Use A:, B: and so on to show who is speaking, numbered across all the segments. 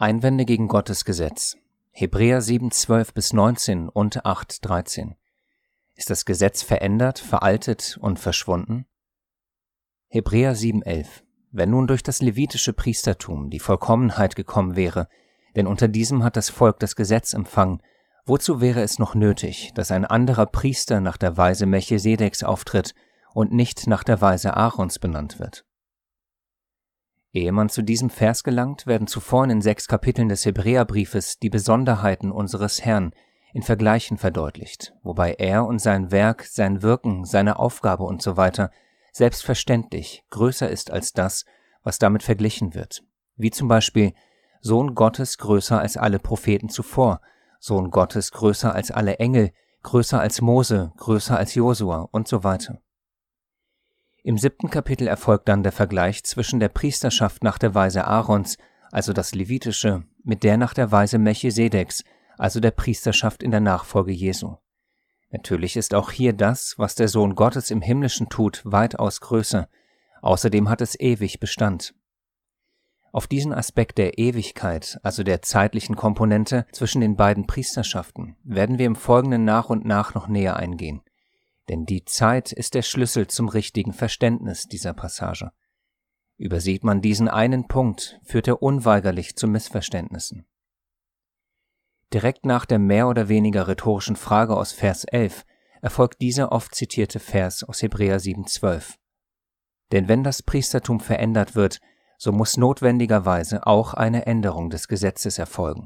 A: Einwände gegen Gottes Gesetz. Hebräer 7,12-19 und 8,13. Ist das Gesetz verändert, veraltet und verschwunden? Hebräer 7,11. Wenn nun durch das levitische Priestertum die Vollkommenheit gekommen wäre, denn unter diesem hat das Volk das Gesetz empfangen, wozu wäre es noch nötig, dass ein anderer Priester nach der Weise Melchisedeks auftritt und nicht nach der Weise Aarons benannt wird? Ehe man zu diesem Vers gelangt, werden zuvor in den 6 Kapiteln des Hebräerbriefes die Besonderheiten unseres Herrn in Vergleichen verdeutlicht, wobei er und sein Werk, sein Wirken, seine Aufgabe usw. selbstverständlich größer ist als das, was damit verglichen wird, wie zum Beispiel Sohn Gottes größer als alle Propheten zuvor, Sohn Gottes größer als alle Engel, größer als Mose, größer als Josua und so weiter. Im 7. Kapitel erfolgt dann der Vergleich zwischen der Priesterschaft nach der Weise Aarons, also das Levitische, mit der nach der Weise Melchisedeks, also der Priesterschaft in der Nachfolge Jesu. Natürlich ist auch hier das, was der Sohn Gottes im Himmlischen tut, weitaus größer. Außerdem hat es ewig Bestand. Auf diesen Aspekt der Ewigkeit, also der zeitlichen Komponente zwischen den beiden Priesterschaften, werden wir im Folgenden nach und nach noch näher eingehen. Denn die Zeit ist der Schlüssel zum richtigen Verständnis dieser Passage. Übersieht man diesen einen Punkt, führt er unweigerlich zu Missverständnissen. Direkt nach der mehr oder weniger rhetorischen Frage aus Vers 11 erfolgt dieser oft zitierte Vers aus Hebräer 7,12. Denn wenn das Priestertum verändert wird, so muss notwendigerweise auch eine Änderung des Gesetzes erfolgen.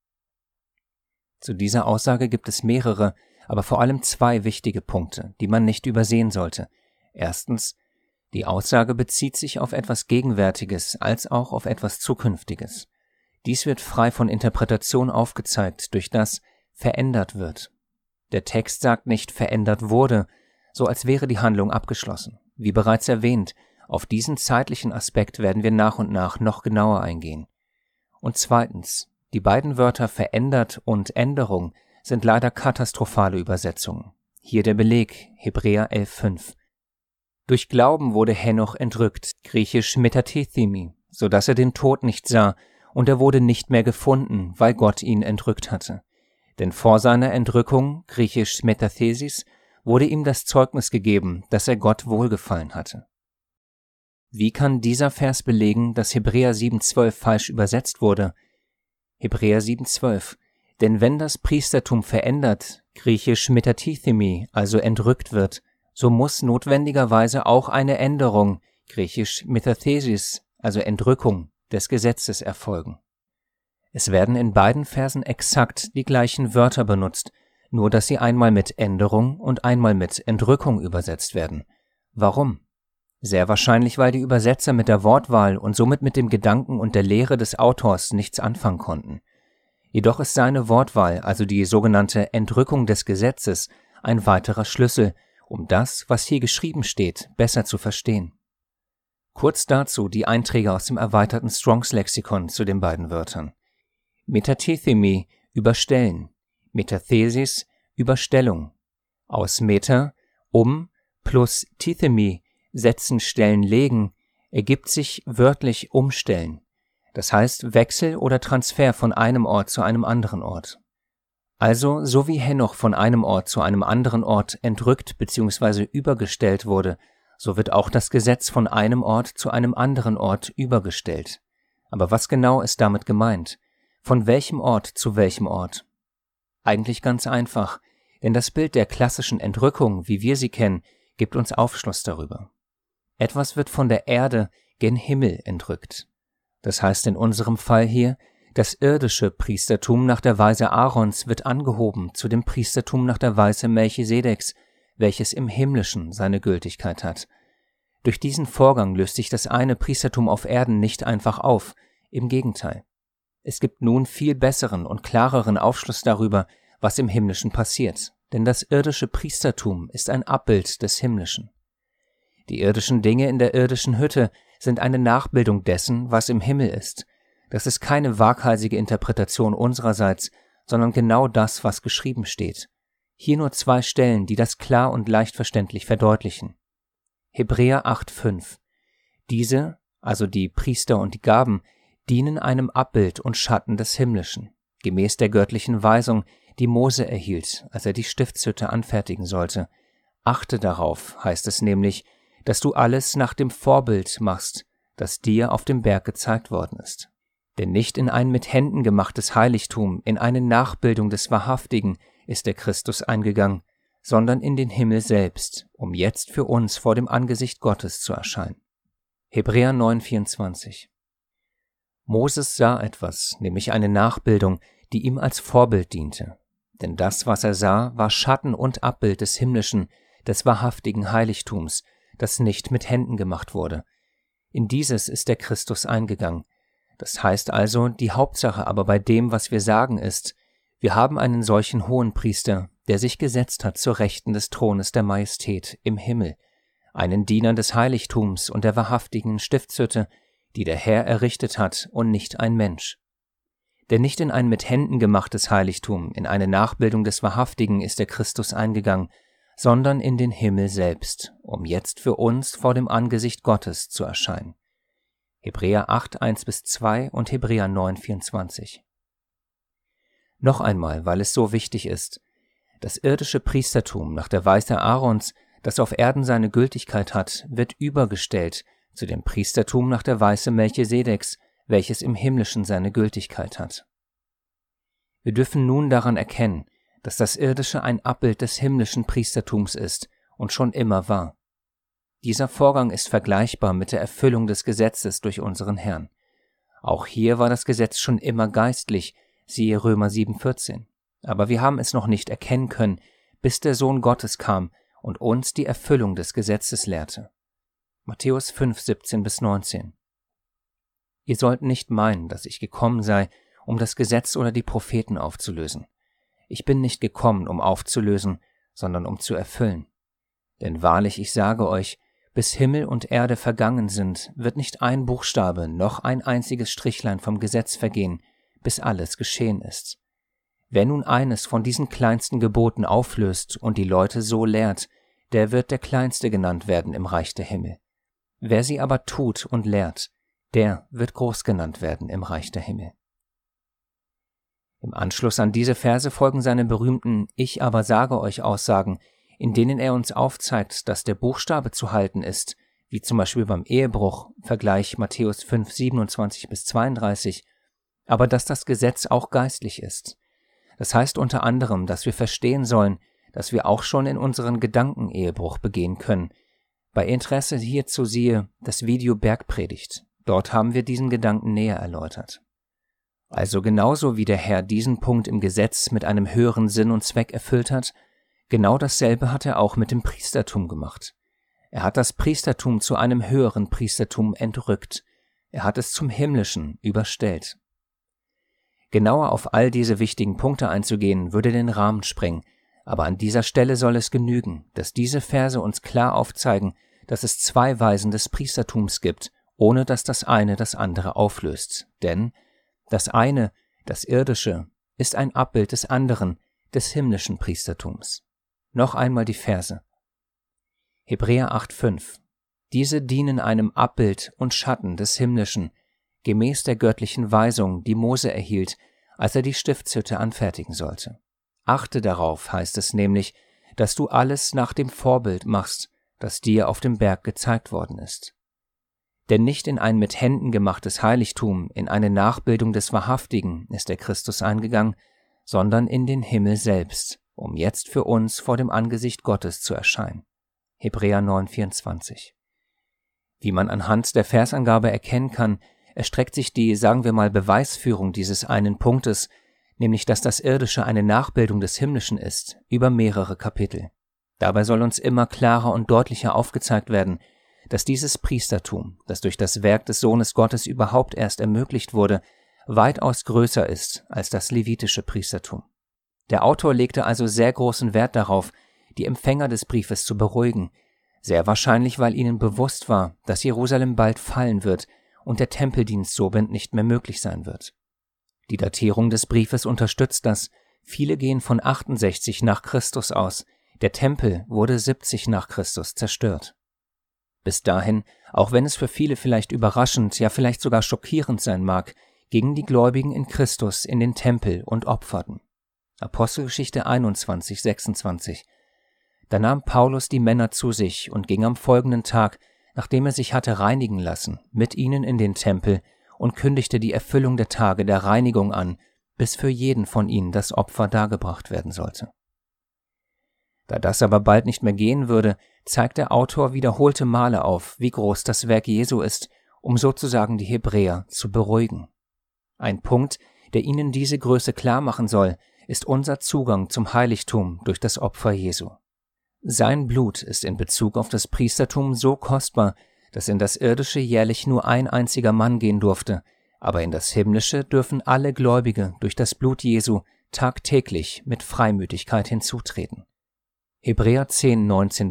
A: Zu dieser Aussage gibt es mehrere, aber vor allem 2 wichtige Punkte, die man nicht übersehen sollte. Erstens, die Aussage bezieht sich auf etwas Gegenwärtiges als auch auf etwas Zukünftiges. Dies wird frei von Interpretation aufgezeigt durch das verändert wird. Der Text sagt nicht verändert wurde, so als wäre die Handlung abgeschlossen. Wie bereits erwähnt, auf diesen zeitlichen Aspekt werden wir nach und nach noch genauer eingehen. Und zweitens, die beiden Wörter verändert und Änderung sind leider katastrophale Übersetzungen. Hier der Beleg, Hebräer 11,5. Durch Glauben wurde Henoch entrückt, griechisch metatethemi, so dass er den Tod nicht sah, und er wurde nicht mehr gefunden, weil Gott ihn entrückt hatte. Denn vor seiner Entrückung, griechisch metathesis, wurde ihm das Zeugnis gegeben, dass er Gott wohlgefallen hatte. Wie kann dieser Vers belegen, dass Hebräer 7,12 falsch übersetzt wurde? Hebräer 7,12. Denn wenn das Priestertum verändert, griechisch metatethemi, also entrückt wird, so muss notwendigerweise auch eine Änderung, griechisch metathesis, also Entrückung, des Gesetzes erfolgen. Es werden in beiden Versen exakt die gleichen Wörter benutzt, nur dass sie einmal mit Änderung und einmal mit Entrückung übersetzt werden. Warum? Sehr wahrscheinlich, weil die Übersetzer mit der Wortwahl und somit mit dem Gedanken und der Lehre des Autors nichts anfangen konnten. Jedoch ist seine Wortwahl, also die sogenannte Entrückung des Gesetzes, ein weiterer Schlüssel, um das, was hier geschrieben steht, besser zu verstehen. Kurz dazu die Einträge aus dem erweiterten Strongs-Lexikon zu den beiden Wörtern. Metatethemi, überstellen, Metathesis, Überstellung. Aus Meta, plus Tethemi, setzen, stellen, legen, ergibt sich wörtlich umstellen. Das heißt Wechsel oder Transfer von einem Ort zu einem anderen Ort. Also, so wie Henoch von einem Ort zu einem anderen Ort entrückt bzw. übergestellt wurde, so wird auch das Gesetz von einem Ort zu einem anderen Ort übergestellt. Aber was genau ist damit gemeint? Von welchem Ort zu welchem Ort? Eigentlich ganz einfach, denn das Bild der klassischen Entrückung, wie wir sie kennen, gibt uns Aufschluss darüber. Etwas wird von der Erde gen Himmel entrückt. Das heißt in unserem Fall hier, das irdische Priestertum nach der Weise Aarons wird angehoben zu dem Priestertum nach der Weise Melchisedeks, welches im Himmlischen seine Gültigkeit hat. Durch diesen Vorgang löst sich das eine Priestertum auf Erden nicht einfach auf, im Gegenteil. Es gibt nun viel besseren und klareren Aufschluss darüber, was im Himmlischen passiert, denn das irdische Priestertum ist ein Abbild des Himmlischen. Die irdischen Dinge in der irdischen Hütte sind eine Nachbildung dessen, was im Himmel ist. Das ist keine waghalsige Interpretation unsererseits, sondern genau das, was geschrieben steht. Hier nur 2 Stellen, die das klar und leicht verständlich verdeutlichen. Hebräer 8,5. Diese, also die Priester und die Gaben, dienen einem Abbild und Schatten des Himmlischen, gemäß der göttlichen Weisung, die Mose erhielt, als er die Stiftshütte anfertigen sollte. Achte darauf, heißt es nämlich, dass du alles nach dem Vorbild machst, das dir auf dem Berg gezeigt worden ist. Denn nicht in ein mit Händen gemachtes Heiligtum, in eine Nachbildung des Wahrhaftigen ist der Christus eingegangen, sondern in den Himmel selbst, um jetzt für uns vor dem Angesicht Gottes zu erscheinen. Hebräer 9,24. Moses sah etwas, nämlich eine Nachbildung, die ihm als Vorbild diente. Denn das, was er sah, war Schatten und Abbild des himmlischen, des wahrhaftigen Heiligtums, das nicht mit Händen gemacht wurde. In dieses ist der Christus eingegangen. Das heißt also, die Hauptsache aber bei dem, was wir sagen, ist, wir haben einen solchen Hohenpriester, der sich gesetzt hat zur Rechten des Thrones der Majestät im Himmel, einen Diener des Heiligtums und der wahrhaftigen Stiftshütte, die der Herr errichtet hat und nicht ein Mensch. Denn nicht in ein mit Händen gemachtes Heiligtum, in eine Nachbildung des Wahrhaftigen ist der Christus eingegangen, sondern in den Himmel selbst, um jetzt für uns vor dem Angesicht Gottes zu erscheinen. Hebräer 8, 1-2 und Hebräer 9, 24. Noch einmal, weil es so wichtig ist, das irdische Priestertum nach der Weise Aarons, das auf Erden seine Gültigkeit hat, wird übergestellt zu dem Priestertum nach der Weise Melchisedeks, welches im Himmlischen seine Gültigkeit hat. Wir dürfen nun daran erkennen, dass das Irdische ein Abbild des himmlischen Priestertums ist und schon immer war. Dieser Vorgang ist vergleichbar mit der Erfüllung des Gesetzes durch unseren Herrn. Auch hier war das Gesetz schon immer geistlich, siehe Römer 7,14. Aber wir haben es noch nicht erkennen können, bis der Sohn Gottes kam und uns die Erfüllung des Gesetzes lehrte. Matthäus 5, 17-19. Ihr sollt nicht meinen, dass ich gekommen sei, um das Gesetz oder die Propheten aufzulösen. Ich bin nicht gekommen, um aufzulösen, sondern um zu erfüllen. Denn wahrlich, ich sage euch, bis Himmel und Erde vergangen sind, wird nicht ein Buchstabe noch ein einziges Strichlein vom Gesetz vergehen, bis alles geschehen ist. Wer nun eines von diesen kleinsten Geboten auflöst und die Leute so lehrt, der wird der Kleinste genannt werden im Reich der Himmel. Wer sie aber tut und lehrt, der wird groß genannt werden im Reich der Himmel. Im Anschluss an diese Verse folgen seine berühmten Ich aber sage euch Aussagen, in denen er uns aufzeigt, dass der Buchstabe zu halten ist, wie zum Beispiel beim Ehebruch, Vergleich Matthäus 5, 27-32, aber dass das Gesetz auch geistlich ist. Das heißt unter anderem, dass wir verstehen sollen, dass wir auch schon in unseren Gedanken Ehebruch begehen können. Bei Interesse hierzu siehe das Video Bergpredigt. Dort haben wir diesen Gedanken näher erläutert. Also genauso wie der Herr diesen Punkt im Gesetz mit einem höheren Sinn und Zweck erfüllt hat, genau dasselbe hat er auch mit dem Priestertum gemacht. Er hat das Priestertum zu einem höheren Priestertum entrückt. Er hat es zum Himmlischen überstellt. Genauer auf all diese wichtigen Punkte einzugehen, würde den Rahmen sprengen, aber an dieser Stelle soll es genügen, dass diese Verse uns klar aufzeigen, dass es zwei Weisen des Priestertums gibt, ohne dass das eine das andere auflöst. Denn das eine, das Irdische, ist ein Abbild des anderen, des himmlischen Priestertums. Noch einmal die Verse. Hebräer 8,5. Diese dienen einem Abbild und Schatten des Himmlischen, gemäß der göttlichen Weisung, die Mose erhielt, als er die Stiftshütte anfertigen sollte. Achte darauf, heißt es nämlich, dass du alles nach dem Vorbild machst, das dir auf dem Berg gezeigt worden ist. Denn nicht in ein mit Händen gemachtes Heiligtum, in eine Nachbildung des Wahrhaftigen ist der Christus eingegangen, sondern in den Himmel selbst, um jetzt für uns vor dem Angesicht Gottes zu erscheinen. Hebräer 9,24. Wie man anhand der Versangabe erkennen kann, erstreckt sich die, sagen wir mal, Beweisführung dieses einen Punktes, nämlich dass das Irdische eine Nachbildung des Himmlischen ist, über mehrere Kapitel. Dabei soll uns immer klarer und deutlicher aufgezeigt werden, dass dieses Priestertum, das durch das Werk des Sohnes Gottes überhaupt erst ermöglicht wurde, weitaus größer ist als das levitische Priestertum. Der Autor legte also sehr großen Wert darauf, die Empfänger des Briefes zu beruhigen, sehr wahrscheinlich, weil ihnen bewusst war, dass Jerusalem bald fallen wird und der Tempeldienst somit nicht mehr möglich sein wird. Die Datierung des Briefes unterstützt das, viele gehen von 68 nach Christus aus, der Tempel wurde 70 nach Christus zerstört. Bis dahin, auch wenn es für viele vielleicht überraschend, ja vielleicht sogar schockierend sein mag, gingen die Gläubigen in Christus in den Tempel und opferten. Apostelgeschichte 21, 26. Da nahm Paulus die Männer zu sich und ging am folgenden Tag, nachdem er sich hatte reinigen lassen, mit ihnen in den Tempel und kündigte die Erfüllung der Tage der Reinigung an, bis für jeden von ihnen das Opfer dargebracht werden sollte. Da das aber bald nicht mehr gehen würde, zeigt der Autor wiederholte Male auf, wie groß das Werk Jesu ist, um sozusagen die Hebräer zu beruhigen. Ein Punkt, der ihnen diese Größe klar machen soll, ist unser Zugang zum Heiligtum durch das Opfer Jesu. Sein Blut ist in Bezug auf das Priestertum so kostbar, dass in das Irdische jährlich nur ein einziger Mann gehen durfte, aber in das Himmlische dürfen alle Gläubige durch das Blut Jesu tagtäglich mit Freimütigkeit hinzutreten. Hebräer 10,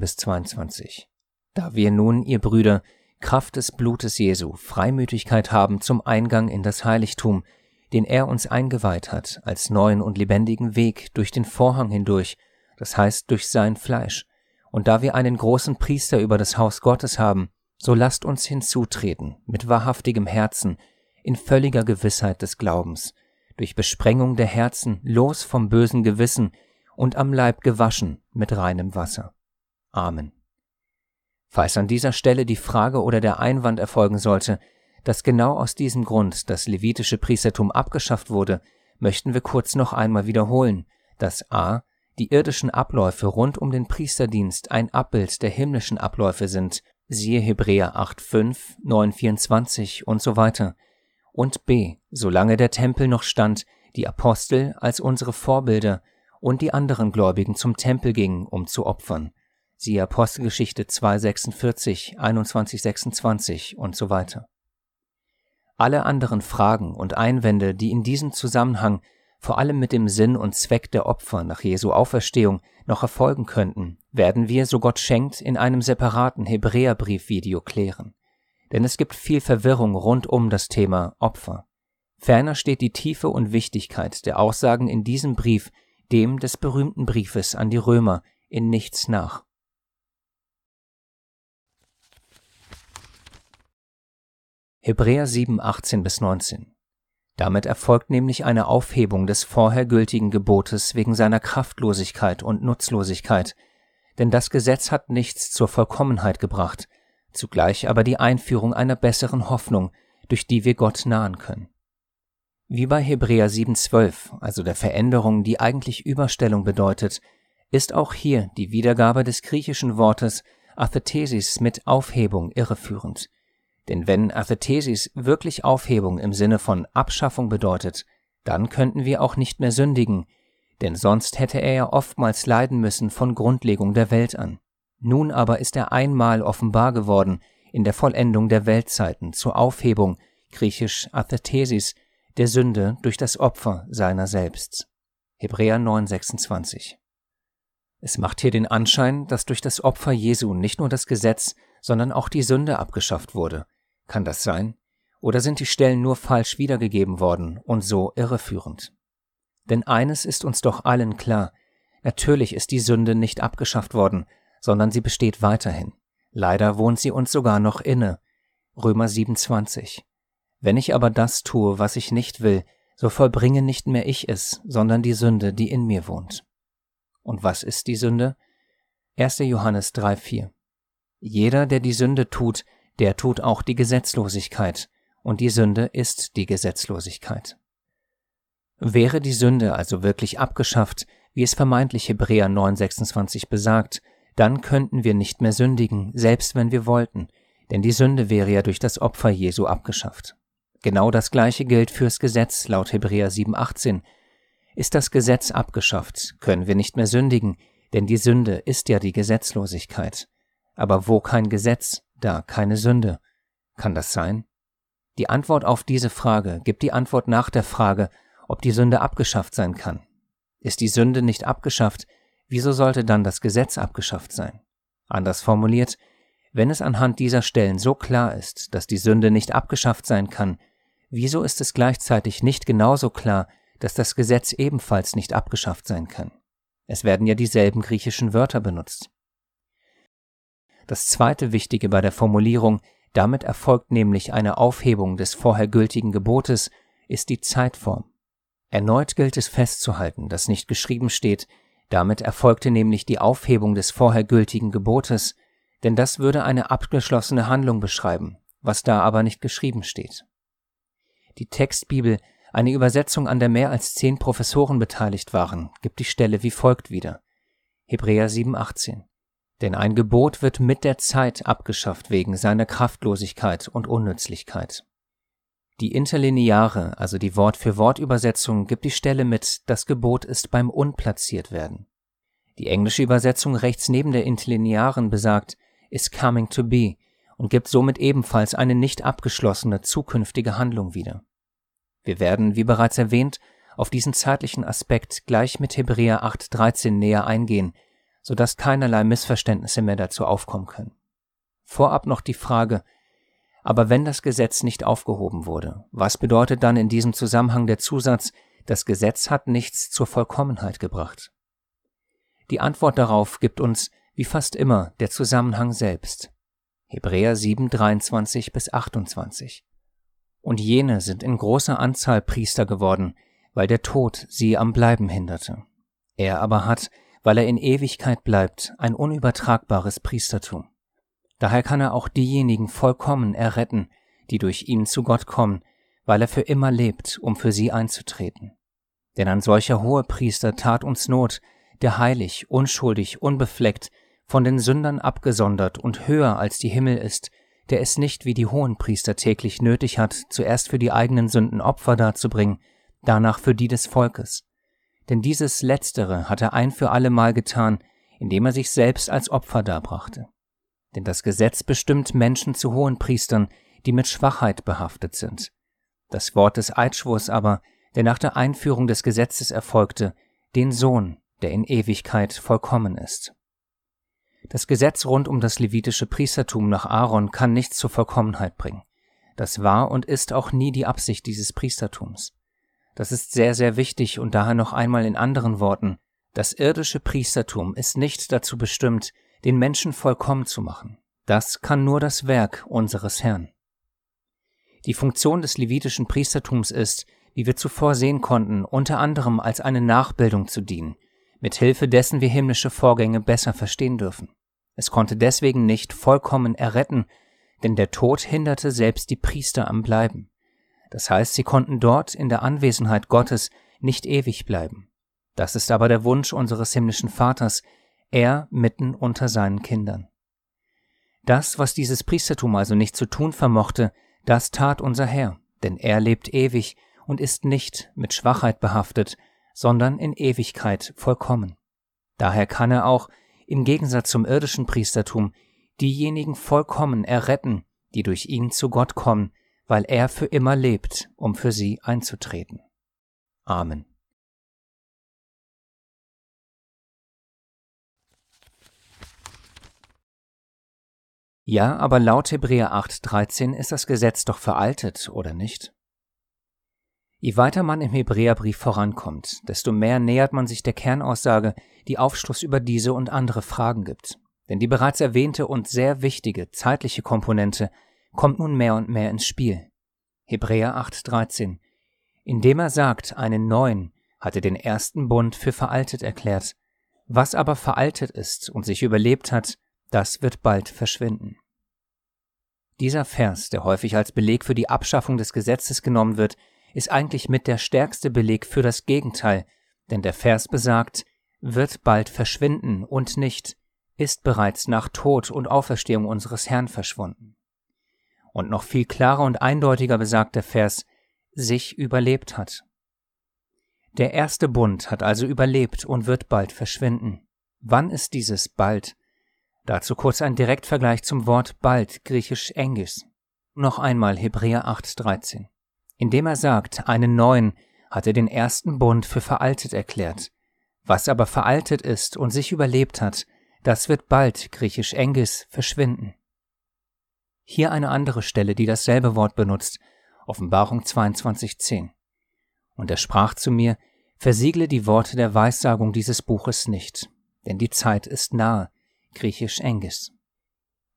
A: 19-22. Da wir nun, ihr Brüder, Kraft des Blutes Jesu Freimütigkeit haben zum Eingang in das Heiligtum, den er uns eingeweiht hat, als neuen und lebendigen Weg durch den Vorhang hindurch, das heißt durch sein Fleisch. Und da wir einen großen Priester über das Haus Gottes haben, so lasst uns hinzutreten mit wahrhaftigem Herzen, in völliger Gewissheit des Glaubens, durch Besprengung der Herzen los vom bösen Gewissen und am Leib gewaschen mit reinem Wasser. Amen. Falls an dieser Stelle die Frage oder der Einwand erfolgen sollte, dass genau aus diesem Grund das levitische Priestertum abgeschafft wurde, möchten wir kurz noch einmal wiederholen, dass a. die irdischen Abläufe rund um den Priesterdienst ein Abbild der himmlischen Abläufe sind, siehe Hebräer 8,5, 9,24 und so weiter, und b. solange der Tempel noch stand, die Apostel als unsere Vorbilder und die anderen Gläubigen zum Tempel gingen, um zu opfern, siehe Apostelgeschichte 2,46, 21,26 und so weiter. Alle anderen Fragen und Einwände, die in diesem Zusammenhang vor allem mit dem Sinn und Zweck der Opfer nach Jesu Auferstehung noch erfolgen könnten, werden wir, so Gott schenkt, in einem separaten Hebräerbrief-Video klären. Denn es gibt viel Verwirrung rund um das Thema Opfer. Ferner steht die Tiefe und Wichtigkeit der Aussagen in diesem Brief dem des berühmten Briefes an die Römer in nichts nach. Hebräer 7, 18-19. Damit erfolgt nämlich eine Aufhebung des vorher gültigen Gebotes wegen seiner Kraftlosigkeit und Nutzlosigkeit, denn das Gesetz hat nichts zur Vollkommenheit gebracht, zugleich aber die Einführung einer besseren Hoffnung, durch die wir Gott nahen können. Wie bei Hebräer 7,12, also der Veränderung, die eigentlich Überstellung bedeutet, ist auch hier die Wiedergabe des griechischen Wortes Athethesis mit Aufhebung irreführend. Denn wenn Athethesis wirklich Aufhebung im Sinne von Abschaffung bedeutet, dann könnten wir auch nicht mehr sündigen, denn sonst hätte er ja oftmals leiden müssen von Grundlegung der Welt an. Nun aber ist er einmal offenbar geworden in der Vollendung der Weltzeiten zur Aufhebung, griechisch Athethesis, der Sünde durch das Opfer seiner selbst. Hebräer 9,26. Es macht hier den Anschein, dass durch das Opfer Jesu nicht nur das Gesetz, sondern auch die Sünde abgeschafft wurde. Kann das sein? Oder sind die Stellen nur falsch wiedergegeben worden und so irreführend? Denn eines ist uns doch allen klar: Natürlich ist die Sünde nicht abgeschafft worden, sondern sie besteht weiterhin. Leider wohnt sie uns sogar noch inne. Römer 7,20. Wenn ich aber das tue, was ich nicht will, so vollbringe nicht mehr ich es, sondern die Sünde, die in mir wohnt. Und was ist die Sünde? 1. Johannes 3,4. Jeder, der die Sünde tut, der tut auch die Gesetzlosigkeit, und die Sünde ist die Gesetzlosigkeit. Wäre die Sünde also wirklich abgeschafft, wie es vermeintlich Hebräer 9,26 besagt, dann könnten wir nicht mehr sündigen, selbst wenn wir wollten, denn die Sünde wäre ja durch das Opfer Jesu abgeschafft. Genau das Gleiche gilt fürs Gesetz laut Hebräer 7,18. Ist das Gesetz abgeschafft, können wir nicht mehr sündigen, denn die Sünde ist ja die Gesetzlosigkeit. Aber wo kein Gesetz, da keine Sünde. Kann das sein? Die Antwort auf diese Frage gibt die Antwort nach der Frage, ob die Sünde abgeschafft sein kann. Ist die Sünde nicht abgeschafft, wieso sollte dann das Gesetz abgeschafft sein? Anders formuliert, wenn es anhand dieser Stellen so klar ist, dass die Sünde nicht abgeschafft sein kann, wieso ist es gleichzeitig nicht genauso klar, dass das Gesetz ebenfalls nicht abgeschafft sein kann? Es werden ja dieselben griechischen Wörter benutzt. Das zweite Wichtige bei der Formulierung, damit erfolgt nämlich eine Aufhebung des vorher gültigen Gebotes, ist die Zeitform. Erneut gilt es festzuhalten, dass nicht geschrieben steht, damit erfolgte nämlich die Aufhebung des vorher gültigen Gebotes, denn das würde eine abgeschlossene Handlung beschreiben, was da aber nicht geschrieben steht. Die Textbibel, eine Übersetzung, an der mehr als 10 Professoren beteiligt waren, gibt die Stelle wie folgt wieder. Hebräer 7,18. Denn ein Gebot wird mit der Zeit abgeschafft wegen seiner Kraftlosigkeit und Unnützlichkeit. Die interlineare, also die Wort-für-Wort-Übersetzung, gibt die Stelle mit das Gebot ist beim Unplatziert-Werden. Die englische Übersetzung rechts neben der interlinearen besagt is coming to be und gibt somit ebenfalls eine nicht abgeschlossene zukünftige Handlung wieder. Wir werden, wie bereits erwähnt, auf diesen zeitlichen Aspekt gleich mit Hebräer 8,13 näher eingehen, sodass keinerlei Missverständnisse mehr dazu aufkommen können. Vorab noch die Frage, aber wenn das Gesetz nicht aufgehoben wurde, was bedeutet dann in diesem Zusammenhang der Zusatz, das Gesetz hat nichts zur Vollkommenheit gebracht? Die Antwort darauf gibt uns, wie fast immer, der Zusammenhang selbst. Hebräer 7, 23-28. Und jene sind in großer Anzahl Priester geworden, weil der Tod sie am Bleiben hinderte. Er aber hat, weil er in Ewigkeit bleibt, ein unübertragbares Priestertum. Daher kann er auch diejenigen vollkommen erretten, die durch ihn zu Gott kommen, weil er für immer lebt, um für sie einzutreten. Denn ein solcher Hohepriester tat uns Not, der heilig, unschuldig, unbefleckt, von den Sündern abgesondert und höher als die Himmel ist, der es nicht wie die Hohenpriester täglich nötig hat, zuerst für die eigenen Sünden Opfer darzubringen, danach für die des Volkes. Denn dieses Letztere hat er ein für allemal getan, indem er sich selbst als Opfer darbrachte. Denn das Gesetz bestimmt Menschen zu Hohenpriestern, die mit Schwachheit behaftet sind. Das Wort des Eidschwurs aber, der nach der Einführung des Gesetzes erfolgte, den Sohn, der in Ewigkeit vollkommen ist. Das Gesetz rund um das levitische Priestertum nach Aaron kann nichts zur Vollkommenheit bringen. Das war und ist auch nie die Absicht dieses Priestertums. Das ist sehr, sehr wichtig und daher noch einmal in anderen Worten, das irdische Priestertum ist nicht dazu bestimmt, den Menschen vollkommen zu machen. Das kann nur das Werk unseres Herrn. Die Funktion des levitischen Priestertums ist, wie wir zuvor sehen konnten, unter anderem als eine Nachbildung zu dienen, mit Hilfe dessen wir himmlische Vorgänge besser verstehen dürfen. Es konnte deswegen nicht vollkommen erretten, denn der Tod hinderte selbst die Priester am Bleiben. Das heißt, sie konnten dort in der Anwesenheit Gottes nicht ewig bleiben. Das ist aber der Wunsch unseres himmlischen Vaters, er mitten unter seinen Kindern. Das, was dieses Priestertum also nicht zu tun vermochte, das tat unser Herr, denn er lebt ewig und ist nicht mit Schwachheit behaftet, sondern in Ewigkeit vollkommen. Daher kann er auch, im Gegensatz zum irdischen Priestertum, diejenigen vollkommen erretten, die durch ihn zu Gott kommen, weil er für immer lebt, um für sie einzutreten. Amen. Ja, aber laut Hebräer 8,13 ist das Gesetz doch veraltet, oder nicht? Je weiter man im Hebräerbrief vorankommt, desto mehr nähert man sich der Kernaussage, die Aufschluss über diese und andere Fragen gibt. Denn die bereits erwähnte und sehr wichtige zeitliche Komponente kommt nun mehr und mehr ins Spiel. Hebräer 8,13. Indem er sagt, einen neuen, hat er den ersten Bund für veraltet erklärt. Was aber veraltet ist und sich überlebt hat, das wird bald verschwinden. Dieser Vers, der häufig als Beleg für die Abschaffung des Gesetzes genommen wird, ist eigentlich mit der stärkste Beleg für das Gegenteil, denn der Vers besagt, wird bald verschwinden und nicht, ist bereits nach Tod und Auferstehung unseres Herrn verschwunden. Und noch viel klarer und eindeutiger besagt der Vers, sich überlebt hat. Der erste Bund hat also überlebt und wird bald verschwinden. Wann ist dieses bald? Dazu kurz ein Direktvergleich zum Wort bald, griechisch engis. Noch einmal Hebräer 8,13. Indem er sagt, einen neuen, hat er den ersten Bund für veraltet erklärt. Was aber veraltet ist und sich überlebt hat, das wird bald, griechisch engis, verschwinden. Hier eine andere Stelle, die dasselbe Wort benutzt, Offenbarung 22,10. Und er sprach zu mir, versiegle die Worte der Weissagung dieses Buches nicht, denn die Zeit ist nahe, griechisch engis.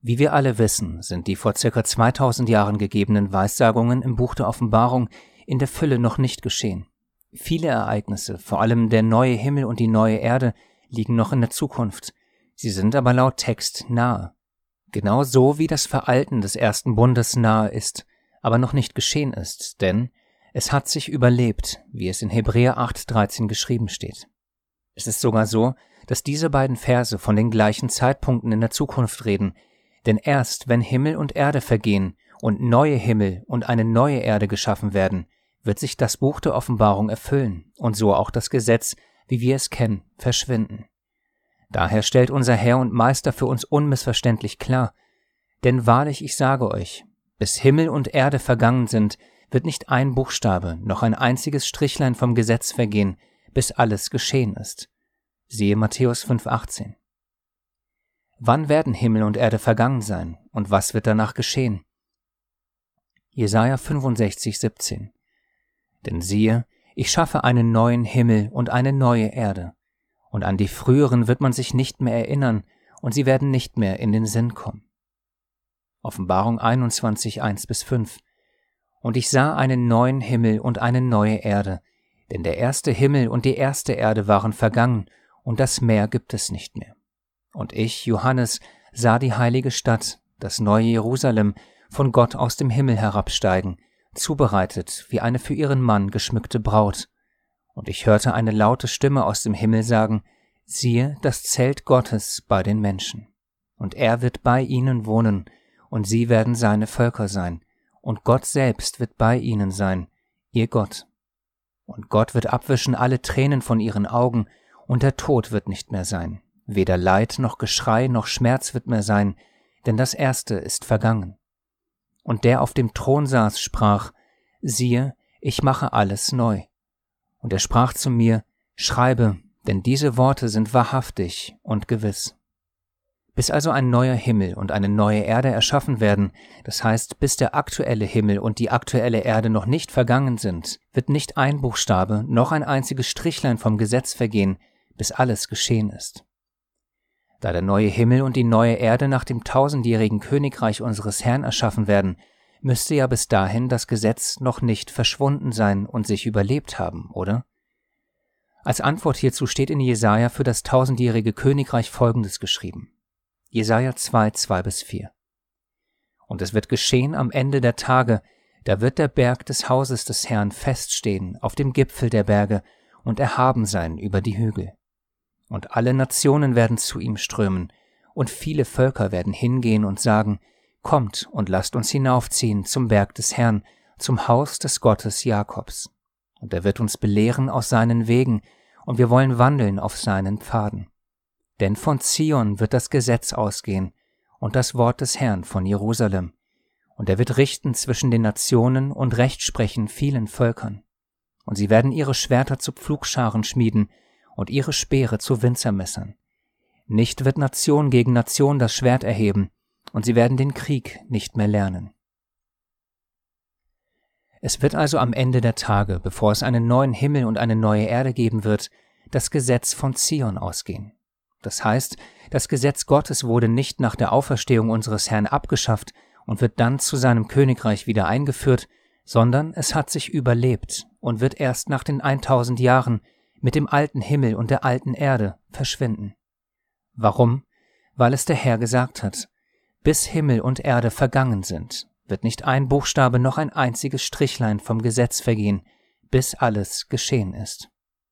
A: Wie wir alle wissen, sind die vor ca. 2000 Jahren gegebenen Weissagungen im Buch der Offenbarung in der Fülle noch nicht geschehen. Viele Ereignisse, vor allem der neue Himmel und die neue Erde, liegen noch in der Zukunft. Sie sind aber laut Text nahe. Genauso wie das Veralten des ersten Bundes nahe ist, aber noch nicht geschehen ist, denn es hat sich überlebt, wie es in Hebräer 8,13 geschrieben steht. Es ist sogar so, dass diese beiden Verse von den gleichen Zeitpunkten in der Zukunft reden, denn erst wenn Himmel und Erde vergehen und neue Himmel und eine neue Erde geschaffen werden, wird sich das Buch der Offenbarung erfüllen und so auch das Gesetz, wie wir es kennen, verschwinden. Daher stellt unser Herr und Meister für uns unmissverständlich klar, denn wahrlich, ich sage euch, bis Himmel und Erde vergangen sind, wird nicht ein Buchstabe, noch ein einziges Strichlein vom Gesetz vergehen, bis alles geschehen ist. Siehe Matthäus 5,18. Wann werden Himmel und Erde vergangen sein, und was wird danach geschehen? Jesaja 65,17. Denn siehe, ich schaffe einen neuen Himmel und eine neue Erde, und an die früheren wird man sich nicht mehr erinnern, und sie werden nicht mehr in den Sinn kommen. Offenbarung 21,1-5. Und ich sah einen neuen Himmel und eine neue Erde, denn der erste Himmel und die erste Erde waren vergangen, und das Meer gibt es nicht mehr. Und ich, Johannes, sah die heilige Stadt, das neue Jerusalem, von Gott aus dem Himmel herabsteigen, zubereitet wie eine für ihren Mann geschmückte Braut. Und ich hörte eine laute Stimme aus dem Himmel sagen, siehe, das Zelt Gottes bei den Menschen. Und er wird bei ihnen wohnen, und sie werden seine Völker sein, und Gott selbst wird bei ihnen sein, ihr Gott. Und Gott wird abwischen alle Tränen von ihren Augen, und der Tod wird nicht mehr sein. Weder Leid noch Geschrei noch Schmerz wird mehr sein, denn das Erste ist vergangen. Und der auf dem Thron saß, sprach, siehe, ich mache alles neu. Und er sprach zu mir, schreibe, denn diese Worte sind wahrhaftig und gewiss. Bis also ein neuer Himmel und eine neue Erde erschaffen werden, das heißt, bis der aktuelle Himmel und die aktuelle Erde noch nicht vergangen sind, wird nicht ein Buchstabe noch ein einziges Strichlein vom Gesetz vergehen, bis alles geschehen ist. Da der neue Himmel und die neue Erde nach dem 1000-jährigen Königreich unseres Herrn erschaffen werden, müsste ja bis dahin das Gesetz noch nicht verschwunden sein und sich überlebt haben, oder? Als Antwort hierzu steht in Jesaja für das 1000-jährige Königreich Folgendes geschrieben. Jesaja 2, 2-4. Und es wird geschehen am Ende der Tage, da wird der Berg des Hauses des Herrn feststehen auf dem Gipfel der Berge und erhaben sein über die Hügel. Und alle Nationen werden zu ihm strömen, und viele Völker werden hingehen und sagen, kommt und lasst uns hinaufziehen zum Berg des Herrn, zum Haus des Gottes Jakobs. Und er wird uns belehren aus seinen Wegen, und wir wollen wandeln auf seinen Pfaden. Denn von Zion wird das Gesetz ausgehen, und das Wort des Herrn von Jerusalem. Und er wird richten zwischen den Nationen und Recht sprechen vielen Völkern. Und sie werden ihre Schwerter zu Pflugscharen schmieden, und ihre Speere zu Winzermessern. Nicht wird Nation gegen Nation das Schwert erheben, und sie werden den Krieg nicht mehr lernen. Es wird also am Ende der Tage, bevor es einen neuen Himmel und eine neue Erde geben wird, das Gesetz von Zion ausgehen. Das heißt, das Gesetz Gottes wurde nicht nach der Auferstehung unseres Herrn abgeschafft und wird dann zu seinem Königreich wieder eingeführt, sondern es hat sich überlebt und wird erst nach den 1000 Jahren mit dem alten Himmel und der alten Erde verschwinden. Warum? Weil es der Herr gesagt hat, bis Himmel und Erde vergangen sind, wird nicht ein Buchstabe noch ein einziges Strichlein vom Gesetz vergehen, bis alles geschehen ist.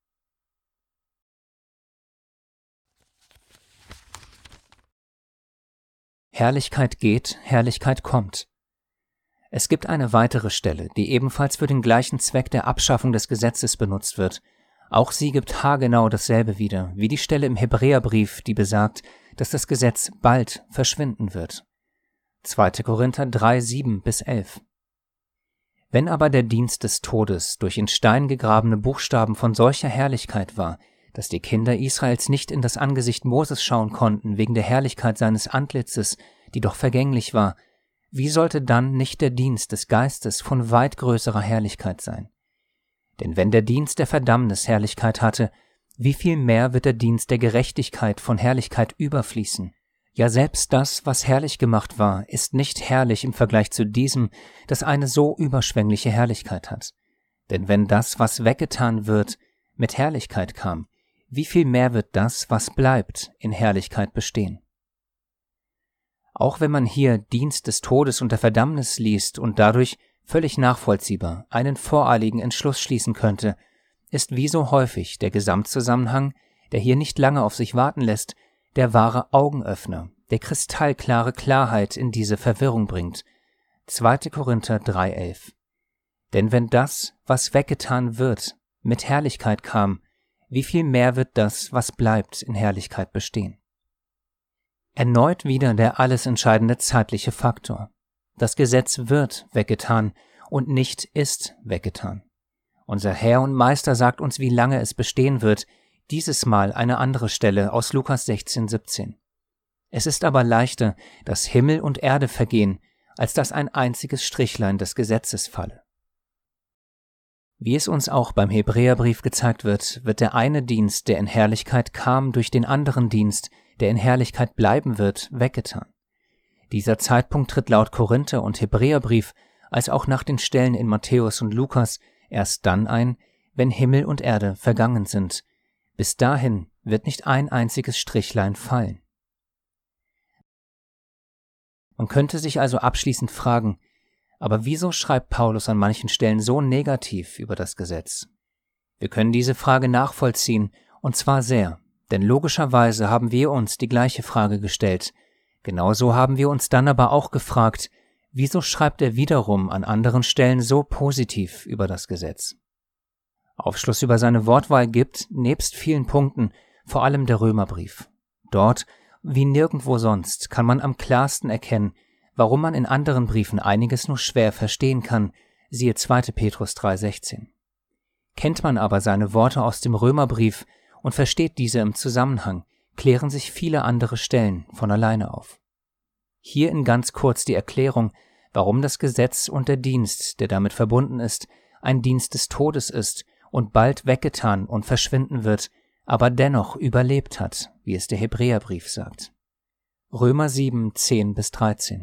A: Herrlichkeit geht, Herrlichkeit kommt. Es gibt eine weitere Stelle, die ebenfalls für den gleichen Zweck der Abschaffung des Gesetzes benutzt wird. Auch sie gibt haargenau dasselbe wieder, wie die Stelle im Hebräerbrief, die besagt, dass das Gesetz bald verschwinden wird. 2. Korinther 3, 7-11. Wenn aber der Dienst des Todes durch in Stein gegrabene Buchstaben von solcher Herrlichkeit war, dass die Kinder Israels nicht in das Angesicht Moses schauen konnten wegen der Herrlichkeit seines Antlitzes, die doch vergänglich war, wie sollte dann nicht der Dienst des Geistes von weit größerer Herrlichkeit sein? Denn wenn der Dienst der Verdammnis Herrlichkeit hatte, wie viel mehr wird der Dienst der Gerechtigkeit von Herrlichkeit überfließen? Ja, selbst das, was herrlich gemacht war, ist nicht herrlich im Vergleich zu diesem, das eine so überschwängliche Herrlichkeit hat. Denn wenn das, was weggetan wird, mit Herrlichkeit kam, wie viel mehr wird das, was bleibt, in Herrlichkeit bestehen? Auch wenn man hier Dienst des Todes und der Verdammnis liest und dadurch völlig nachvollziehbar einen voreiligen Entschluss schließen könnte, ist wie so häufig der Gesamtzusammenhang, der hier nicht lange auf sich warten lässt, der wahre Augenöffner, der kristallklare Klarheit in diese Verwirrung bringt. 2. Korinther 3,11. Denn wenn das, was weggetan wird, mit Herrlichkeit kam, wie viel mehr wird das, was bleibt, in Herrlichkeit bestehen? Erneut wieder der alles entscheidende zeitliche Faktor. Das Gesetz wird weggetan und nicht ist weggetan. Unser Herr und Meister sagt uns, wie lange es bestehen wird, dieses Mal eine andere Stelle aus Lukas 16,17. Es ist aber leichter, dass Himmel und Erde vergehen, als dass ein einziges Strichlein des Gesetzes falle. Wie es uns auch beim Hebräerbrief gezeigt wird, wird der eine Dienst, der in Herrlichkeit kam, durch den anderen Dienst, der in Herrlichkeit bleiben wird, weggetan. Dieser Zeitpunkt tritt laut Korinther- und Hebräerbrief, als auch nach den Stellen in Matthäus und Lukas, erst dann ein, wenn Himmel und Erde vergangen sind. Bis dahin wird nicht ein einziges Strichlein fallen. Man könnte sich also abschließend fragen, aber wieso schreibt Paulus an manchen Stellen so negativ über das Gesetz? Wir können diese Frage nachvollziehen, und zwar sehr, denn logischerweise haben wir uns die gleiche Frage gestellt. Genauso haben wir uns dann aber auch gefragt, wieso schreibt er wiederum an anderen Stellen so positiv über das Gesetz? Aufschluss über seine Wortwahl gibt, nebst vielen Punkten, vor allem der Römerbrief. Dort, wie nirgendwo sonst, kann man am klarsten erkennen, warum man in anderen Briefen einiges nur schwer verstehen kann, siehe 2. Petrus 3,16. Kennt man aber seine Worte aus dem Römerbrief und versteht diese im Zusammenhang, klären sich viele andere Stellen von alleine auf. Hierin ganz kurz die Erklärung, warum das Gesetz und der Dienst, der damit verbunden ist, ein Dienst des Todes ist und bald weggetan und verschwinden wird, aber dennoch überlebt hat, wie es der Hebräerbrief sagt. Römer 7, 10-13.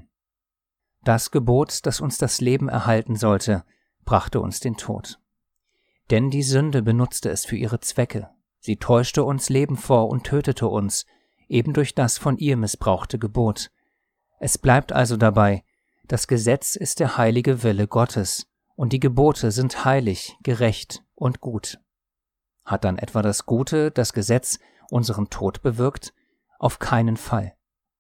A: Das Gebot, das uns das Leben erhalten sollte, brachte uns den Tod. Denn die Sünde benutzte es für ihre Zwecke. Sie täuschte uns Leben vor und tötete uns, eben durch das von ihr missbrauchte Gebot. Es bleibt also dabei, das Gesetz ist der heilige Wille Gottes, und die Gebote sind heilig, gerecht und gut. Hat dann etwa das Gute, das Gesetz, unseren Tod bewirkt? Auf keinen Fall.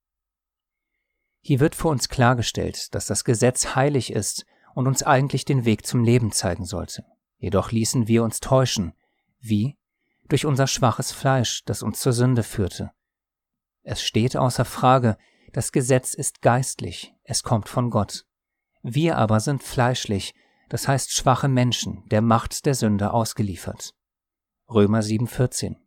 A: Hier wird für uns klargestellt, dass das Gesetz heilig ist und uns eigentlich den Weg zum Leben zeigen sollte. Jedoch ließen wir uns täuschen. Wie? Durch unser schwaches Fleisch, das uns zur Sünde führte. Es steht außer Frage, das Gesetz ist geistlich, es kommt von Gott. Wir aber sind fleischlich, das heißt schwache Menschen, der Macht der Sünde ausgeliefert. Römer 7,14.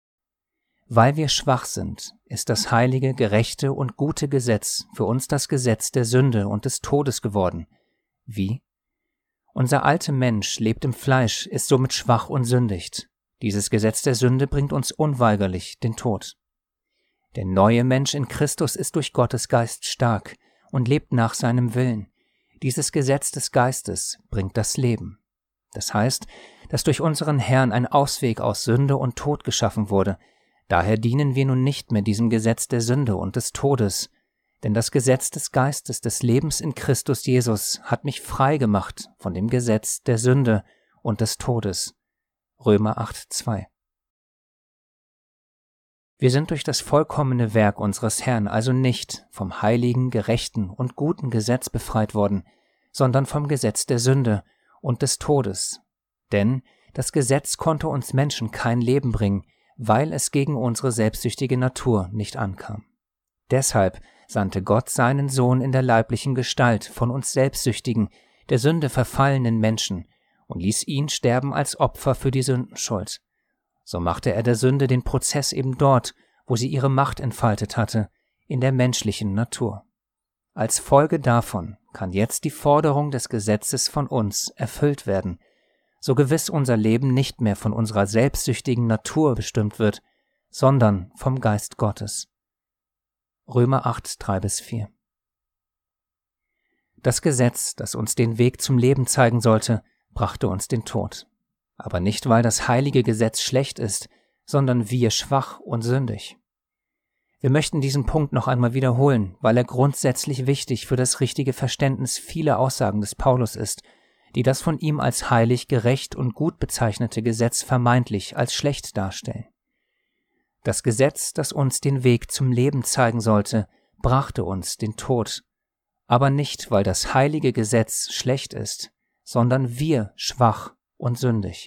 A: Weil wir schwach sind, ist das heilige, gerechte und gute Gesetz für uns das Gesetz der Sünde und des Todes geworden. Wie? Unser alter Mensch lebt im Fleisch, ist somit schwach und sündigt. Dieses Gesetz der Sünde bringt uns unweigerlich den Tod. Der neue Mensch in Christus ist durch Gottes Geist stark und lebt nach seinem Willen. Dieses Gesetz des Geistes bringt das Leben. Das heißt, dass durch unseren Herrn ein Ausweg aus Sünde und Tod geschaffen wurde. Daher dienen wir nun nicht mehr diesem Gesetz der Sünde und des Todes, denn das Gesetz des Geistes des Lebens in Christus Jesus hat mich frei gemacht von dem Gesetz der Sünde und des Todes. Römer 8,2. Wir sind durch das vollkommene Werk unseres Herrn also nicht vom heiligen, gerechten und guten Gesetz befreit worden, sondern vom Gesetz der Sünde und des Todes. Denn das Gesetz konnte uns Menschen kein Leben bringen, weil es gegen unsere selbstsüchtige Natur nicht ankam. Deshalb sandte Gott seinen Sohn in der leiblichen Gestalt von uns selbstsüchtigen, der Sünde verfallenen Menschen und ließ ihn sterben als Opfer für die Sündenschuld. So machte er der Sünde den Prozess eben dort, wo sie ihre Macht entfaltet hatte, in der menschlichen Natur. Als Folge davon kann jetzt die Forderung des Gesetzes von uns erfüllt werden, so gewiss unser Leben nicht mehr von unserer selbstsüchtigen Natur bestimmt wird, sondern vom Geist Gottes. Römer 8, 3-4. Das Gesetz, das uns den Weg zum Leben zeigen sollte, brachte uns den Tod. Aber nicht, weil das heilige Gesetz schlecht ist, sondern wir schwach und sündig. Wir möchten diesen Punkt noch einmal wiederholen, weil er grundsätzlich wichtig für das richtige Verständnis vieler Aussagen des Paulus ist, die das von ihm als heilig, gerecht und gut bezeichnete Gesetz vermeintlich als schlecht darstellen. Das Gesetz, das uns den Weg zum Leben zeigen sollte, brachte uns den Tod, aber nicht, weil das heilige Gesetz schlecht ist, sondern wir schwach und sündig.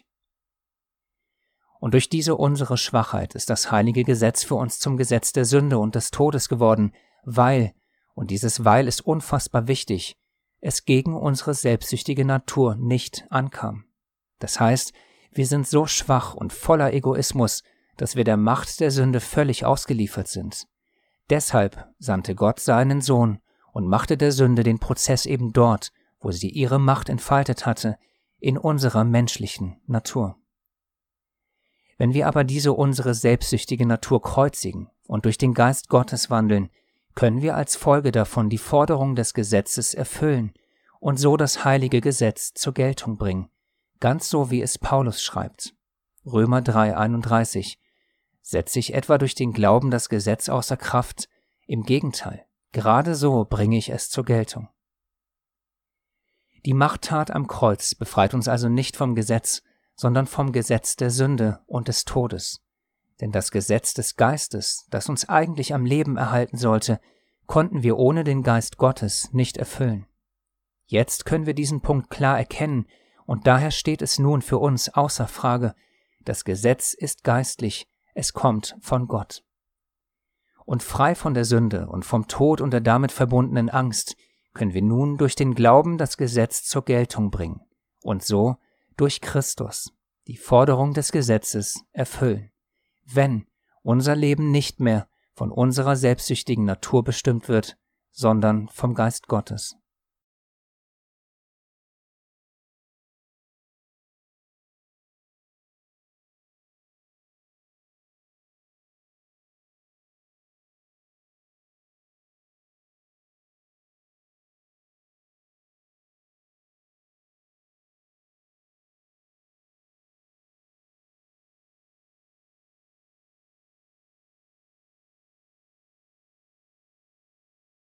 A: Und durch diese unsere Schwachheit ist das heilige Gesetz für uns zum Gesetz der Sünde und des Todes geworden, weil, und dieses Weil ist unfassbar wichtig, es gegen unsere selbstsüchtige Natur nicht ankam. Das heißt, wir sind so schwach und voller Egoismus, dass wir der Macht der Sünde völlig ausgeliefert sind. Deshalb sandte Gott seinen Sohn und machte der Sünde den Prozess eben dort, wo sie ihre Macht entfaltet hatte, in unserer menschlichen Natur. Wenn wir aber diese unsere selbstsüchtige Natur kreuzigen und durch den Geist Gottes wandeln, können wir als Folge davon die Forderung des Gesetzes erfüllen und so das heilige Gesetz zur Geltung bringen, ganz so wie es Paulus schreibt. Römer 3,31. Setze ich etwa durch den Glauben das Gesetz außer Kraft? Im Gegenteil, gerade so bringe ich es zur Geltung. Die Machttat am Kreuz befreit uns also nicht vom Gesetz, sondern vom Gesetz der Sünde und des Todes. Denn das Gesetz des Geistes, das uns eigentlich am Leben erhalten sollte, konnten wir ohne den Geist Gottes nicht erfüllen. Jetzt können wir diesen Punkt klar erkennen, und daher steht es nun für uns außer Frage: Das Gesetz ist geistlich, es kommt von Gott. Und frei von der Sünde und vom Tod und der damit verbundenen Angst können wir nun durch den Glauben das Gesetz zur Geltung bringen und so durch Christus die Forderung des Gesetzes erfüllen, wenn unser Leben nicht mehr von unserer selbstsüchtigen Natur bestimmt wird, sondern vom Geist Gottes.